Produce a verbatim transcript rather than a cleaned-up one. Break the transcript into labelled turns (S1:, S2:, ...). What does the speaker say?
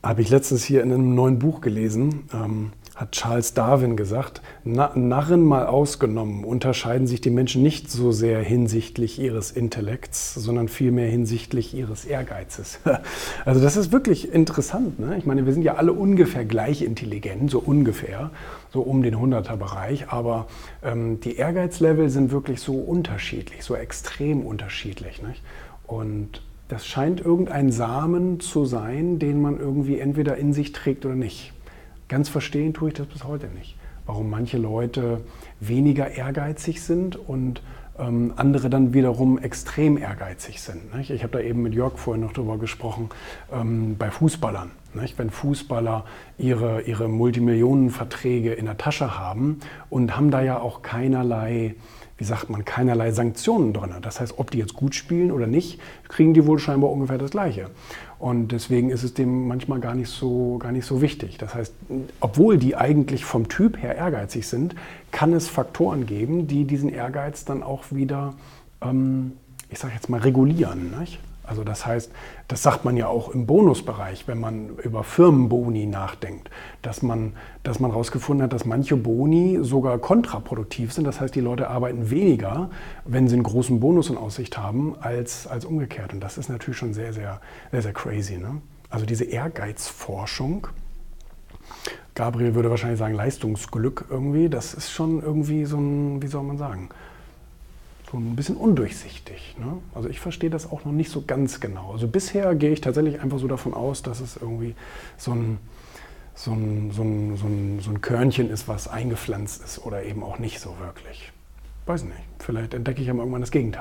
S1: Habe ich letztens hier in einem neuen Buch gelesen, ähm, hat Charles Darwin gesagt, Na, Narren mal ausgenommen, unterscheiden sich die Menschen nicht so sehr hinsichtlich ihres Intellekts, sondern vielmehr hinsichtlich ihres Ehrgeizes. Also das ist wirklich interessant, ne? Ich meine, wir sind ja alle ungefähr gleich intelligent, so ungefähr, so um den hunderter-Bereich, aber ähm, die Ehrgeizlevel sind wirklich so unterschiedlich, so extrem unterschiedlich, nicht? Und das scheint irgendein Samen zu sein, den man irgendwie entweder in sich trägt oder nicht. Ganz verstehen tue ich das bis heute nicht. Warum manche Leute weniger ehrgeizig sind und ähm, andere dann wiederum extrem ehrgeizig sind. Nicht? Ich habe da eben mit Jörg vorhin noch drüber gesprochen, ähm, bei Fußballern. Nicht? Wenn Fußballer ihre, ihre Multimillionenverträge in der Tasche haben und haben da ja auch keinerlei, wie sagt man, keinerlei Sanktionen drin. Das heißt, ob die jetzt gut spielen oder nicht, kriegen die wohl scheinbar ungefähr das Gleiche. Und deswegen ist es dem manchmal gar nicht so, gar nicht so wichtig. Das heißt, obwohl die eigentlich vom Typ her ehrgeizig sind, kann es Faktoren geben, die diesen Ehrgeiz dann auch wieder, ähm, ich sage jetzt mal, regulieren. Nicht? Also das heißt, das sagt man ja auch im Bonusbereich, wenn man über Firmenboni nachdenkt, dass man, dass man herausgefunden hat, dass manche Boni sogar kontraproduktiv sind. Das heißt, die Leute arbeiten weniger, wenn sie einen großen Bonus in Aussicht haben, als, als umgekehrt. Und das ist natürlich schon sehr, sehr, sehr, sehr crazy. Ne? Also diese Ehrgeizforschung, Gabriel würde wahrscheinlich sagen Leistungsglück irgendwie, das ist schon irgendwie so ein, wie soll man sagen, so ein bisschen undurchsichtig. Ne? Also ich verstehe das auch noch nicht so ganz genau. Also bisher gehe ich tatsächlich einfach so davon aus, dass es irgendwie so ein, so ein, so ein, so ein, so ein Körnchen ist, was eingepflanzt ist oder eben auch nicht so wirklich. Weiß nicht, vielleicht entdecke ich ja mal irgendwann das Gegenteil.